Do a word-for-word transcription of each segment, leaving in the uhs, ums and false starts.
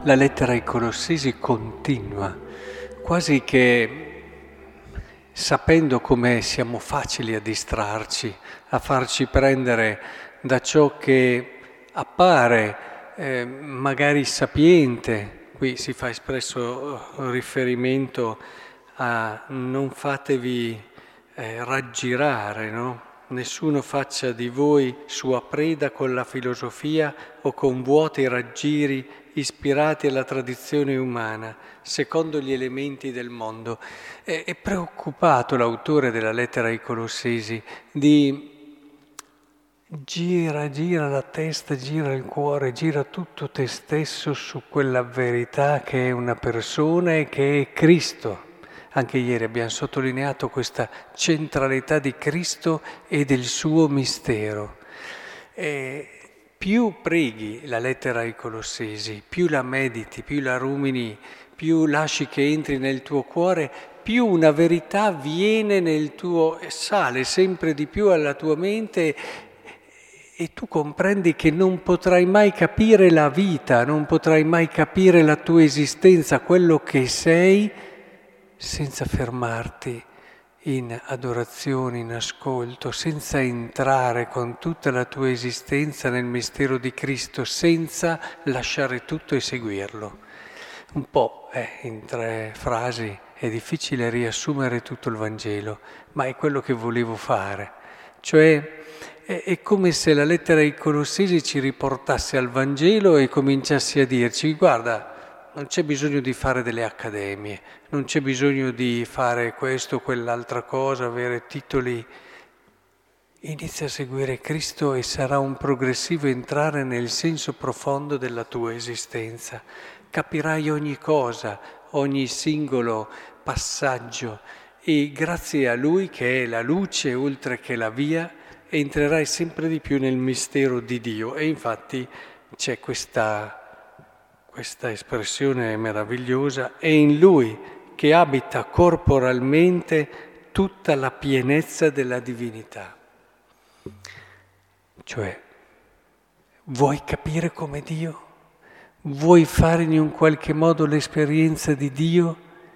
la lettera ai Colossesi continua, quasi che sapendo come siamo facili a distrarci, a farci prendere da ciò che appare eh, magari sapiente. Qui si fa espresso riferimento a non fatevi eh, raggirare, no? Nessuno faccia di voi sua preda con la filosofia o con vuoti raggiri ispirati alla tradizione umana, secondo gli elementi del mondo. È, è preoccupato l'autore della lettera ai Colossesi di gira, gira la testa, gira il cuore, gira tutto te stesso su quella verità che è una persona e che è Cristo. Anche ieri abbiamo sottolineato questa centralità di Cristo e del suo mistero. E più preghi la lettera ai Colossesi, più la mediti, più la rumini, più lasci che entri nel tuo cuore, più una verità viene nel tuo, sale sempre di più alla tua mente e tu comprendi che non potrai mai capire la vita, non potrai mai capire la tua esistenza, quello che sei, senza fermarti in adorazione, in ascolto, senza entrare con tutta la tua esistenza nel mistero di Cristo, senza lasciare tutto e seguirlo. Un po', eh, in tre frasi, è difficile riassumere tutto il Vangelo, ma è quello che volevo fare. Cioè, è, è come se la lettera ai Colossesi ci riportasse al Vangelo e cominciasse a dirci, guarda, non c'è bisogno di fare delle accademie, non c'è bisogno di fare questo o quell'altra cosa, avere titoli. Inizia a seguire Cristo e sarà un progressivo entrare nel senso profondo della tua esistenza. Capirai ogni cosa, ogni singolo passaggio e grazie a Lui, che è la luce oltre che la via, entrerai sempre di più nel mistero di Dio. E infatti c'è questa... Questa espressione è meravigliosa, è in Lui che abita corporalmente tutta la pienezza della divinità. Cioè, vuoi capire come Dio? Vuoi fare in un qualche modo l'esperienza di Dio?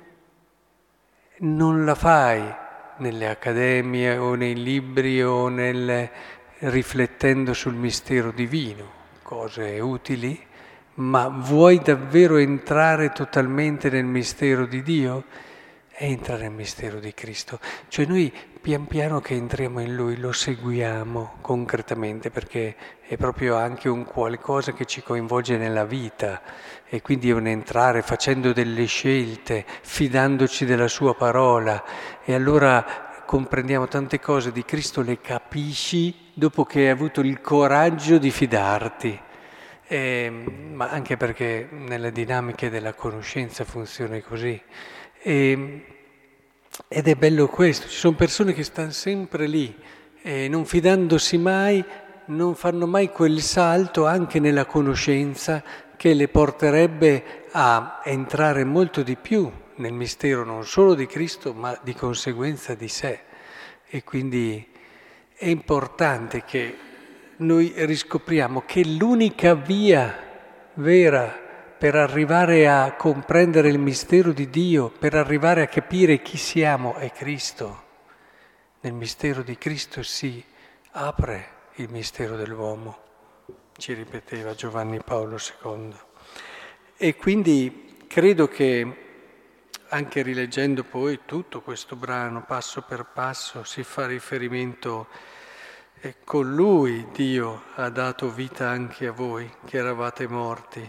Non la fai nelle accademie o nei libri o nel riflettendo sul mistero divino, cose utili. Ma vuoi davvero entrare totalmente nel mistero di Dio? Entra nel mistero di Cristo. Cioè noi pian piano che entriamo in Lui lo seguiamo concretamente perché è proprio anche un qualcosa che ci coinvolge nella vita e quindi è un entrare facendo delle scelte, fidandoci della Sua parola e allora comprendiamo tante cose di Cristo, le capisci dopo che hai avuto il coraggio di fidarti. Eh, ma anche perché nelle dinamiche della conoscenza funziona così. E, ed è bello questo, ci sono persone che stanno sempre lì, e non fidandosi mai, non fanno mai quel salto anche nella conoscenza che le porterebbe a entrare molto di più nel mistero non solo di Cristo, ma di conseguenza di sé. E quindi è importante che noi riscopriamo che l'unica via vera per arrivare a comprendere il mistero di Dio, per arrivare a capire chi siamo, è Cristo. Nel mistero di Cristo si apre il mistero dell'uomo, ci ripeteva Giovanni Paolo secondo. E quindi credo che anche rileggendo poi tutto questo brano, passo per passo, si fa riferimento. E con Lui Dio ha dato vita anche a voi, che eravate morti.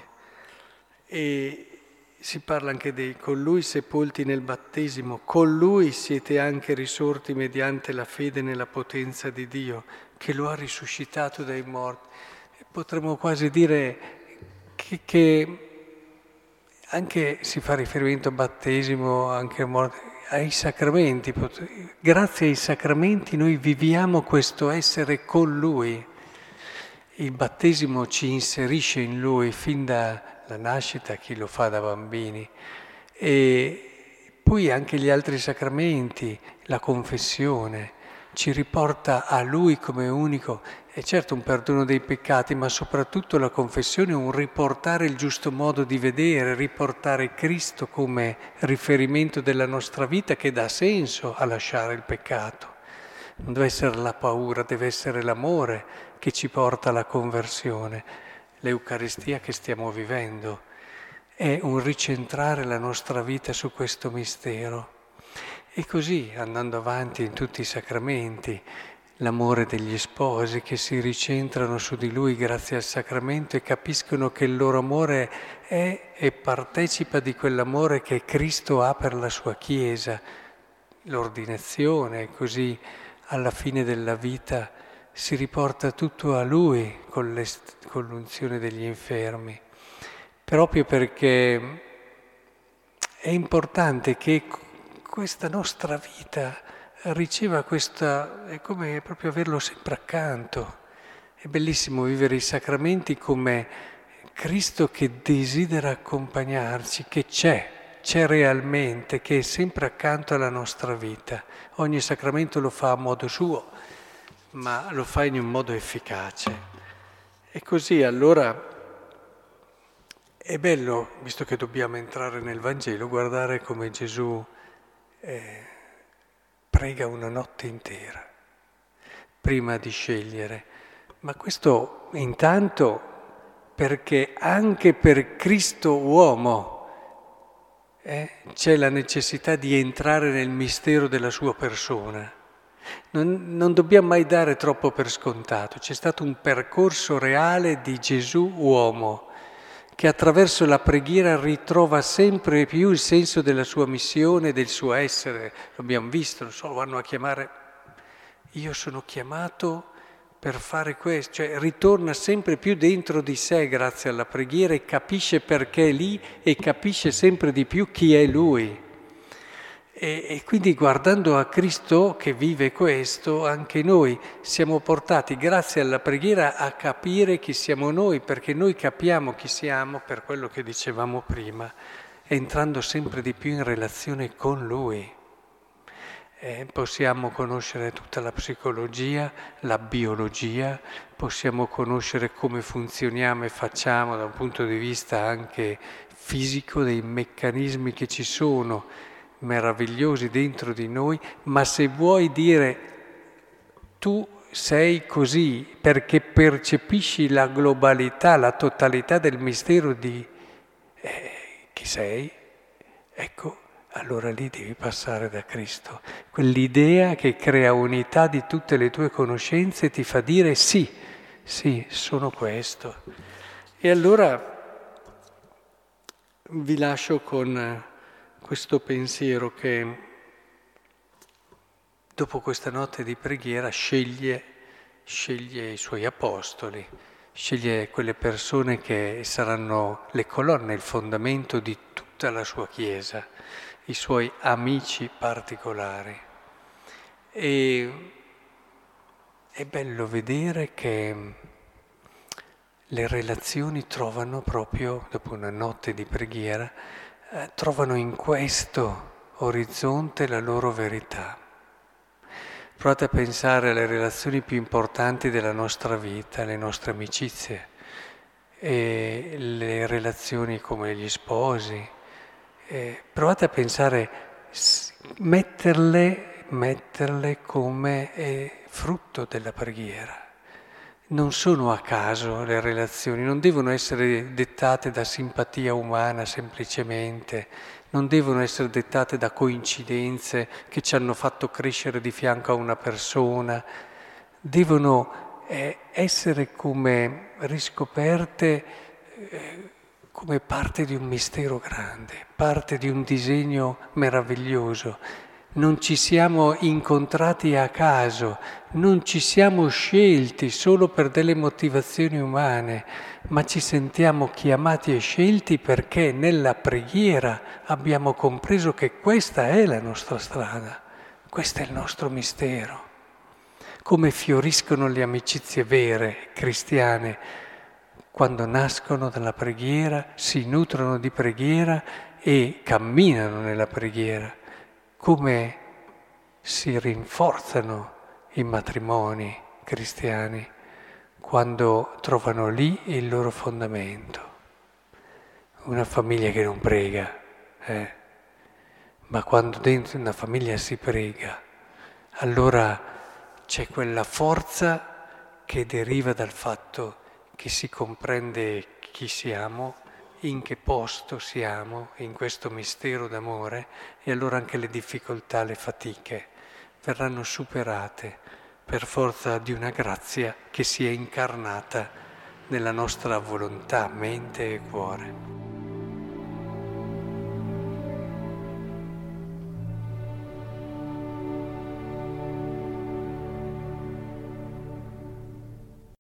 E si parla anche di con Lui sepolti nel battesimo, con Lui siete anche risorti mediante la fede nella potenza di Dio, che lo ha risuscitato dai morti. E potremmo quasi dire che, che anche si fa riferimento al battesimo, anche a morte, ai sacramenti. Grazie ai sacramenti noi viviamo questo essere con Lui. Il battesimo ci inserisce in Lui fin dalla nascita, chi lo fa da bambini. E poi anche gli altri sacramenti, la confessione, ci riporta a Lui come unico. è certo un perdono dei peccati, ma soprattutto la confessione è un riportare il giusto modo di vedere, riportare Cristo come riferimento della nostra vita che dà senso a lasciare il peccato. Non deve essere la paura, deve essere l'amore che ci porta alla conversione. L'Eucaristia che stiamo vivendo è un ricentrare la nostra vita su questo mistero. E così, andando avanti in tutti i sacramenti, l'amore degli sposi che si ricentrano su di lui grazie al sacramento e capiscono che il loro amore è e partecipa di quell'amore che Cristo ha per la sua Chiesa, l'ordinazione, così alla fine della vita si riporta tutto a Lui con, con l'unzione degli infermi, proprio perché è importante che questa nostra vita riceva questa, è come proprio averlo sempre accanto. È bellissimo vivere i sacramenti come Cristo che desidera accompagnarci, che c'è, c'è realmente, che è sempre accanto alla nostra vita. Ogni sacramento lo fa a modo suo, ma lo fa in un modo efficace. E così allora è bello, visto che dobbiamo entrare nel Vangelo, guardare come Gesù eh, prega una notte intera prima di scegliere. Ma questo intanto perché anche per Cristo uomo eh, c'è la necessità di entrare nel mistero della sua persona. Non, non dobbiamo mai dare troppo per scontato. C'è stato un percorso reale di Gesù uomo che attraverso la preghiera ritrova sempre più il senso della sua missione, del suo essere. Lo abbiamo visto, non so, lo vanno a chiamare, io sono chiamato per fare questo, cioè ritorna sempre più dentro di sé grazie alla preghiera e capisce perché è lì e capisce sempre di più chi è lui. E, e quindi guardando a Cristo che vive questo, anche noi siamo portati grazie alla preghiera a capire chi siamo noi, perché noi capiamo chi siamo per quello che dicevamo prima, entrando sempre di più in relazione con Lui. Eh, possiamo conoscere tutta la psicologia, la biologia, possiamo conoscere come funzioniamo e facciamo da un punto di vista anche fisico, dei meccanismi che ci sono, meravigliosi dentro di noi, ma se vuoi dire tu sei così perché percepisci la globalità, la totalità del mistero di eh, chi sei, ecco, allora lì devi passare da Cristo. Quell'idea che crea unità di tutte le tue conoscenze ti fa dire sì, sì, sono questo. E allora vi lascio con questo pensiero che dopo questa notte di preghiera sceglie, sceglie i suoi apostoli, sceglie quelle persone che saranno le colonne, il fondamento di tutta la sua Chiesa, i suoi amici particolari. E è bello vedere che le relazioni trovano proprio, dopo una notte di preghiera, eh, trovano in questo orizzonte la loro verità. Provate a pensare alle relazioni più importanti della nostra vita, le nostre amicizie, e le relazioni come gli sposi. Eh, provate a pensare, metterle, metterle come eh, frutto della preghiera. Non sono a caso le relazioni, non devono essere dettate da simpatia umana semplicemente, non devono essere dettate da coincidenze che ci hanno fatto crescere di fianco a una persona, devono eh, essere come riscoperte eh, come parte di un mistero grande, parte di un disegno meraviglioso. Non ci siamo incontrati a caso, non ci siamo scelti solo per delle motivazioni umane, ma ci sentiamo chiamati e scelti perché nella preghiera abbiamo compreso che questa è la nostra strada, questo è il nostro mistero. Come fioriscono le amicizie vere, cristiane, quando nascono dalla preghiera, si nutrono di preghiera e camminano nella preghiera. Come si rinforzano i matrimoni cristiani, quando trovano lì il loro fondamento. Una famiglia che non prega, eh? Ma quando dentro una famiglia si prega, allora c'è quella forza che deriva dal fatto che si comprende chi siamo, in che posto siamo in questo mistero d'amore, e allora anche le difficoltà, le fatiche verranno superate per forza di una grazia che si è incarnata nella nostra volontà, mente e cuore.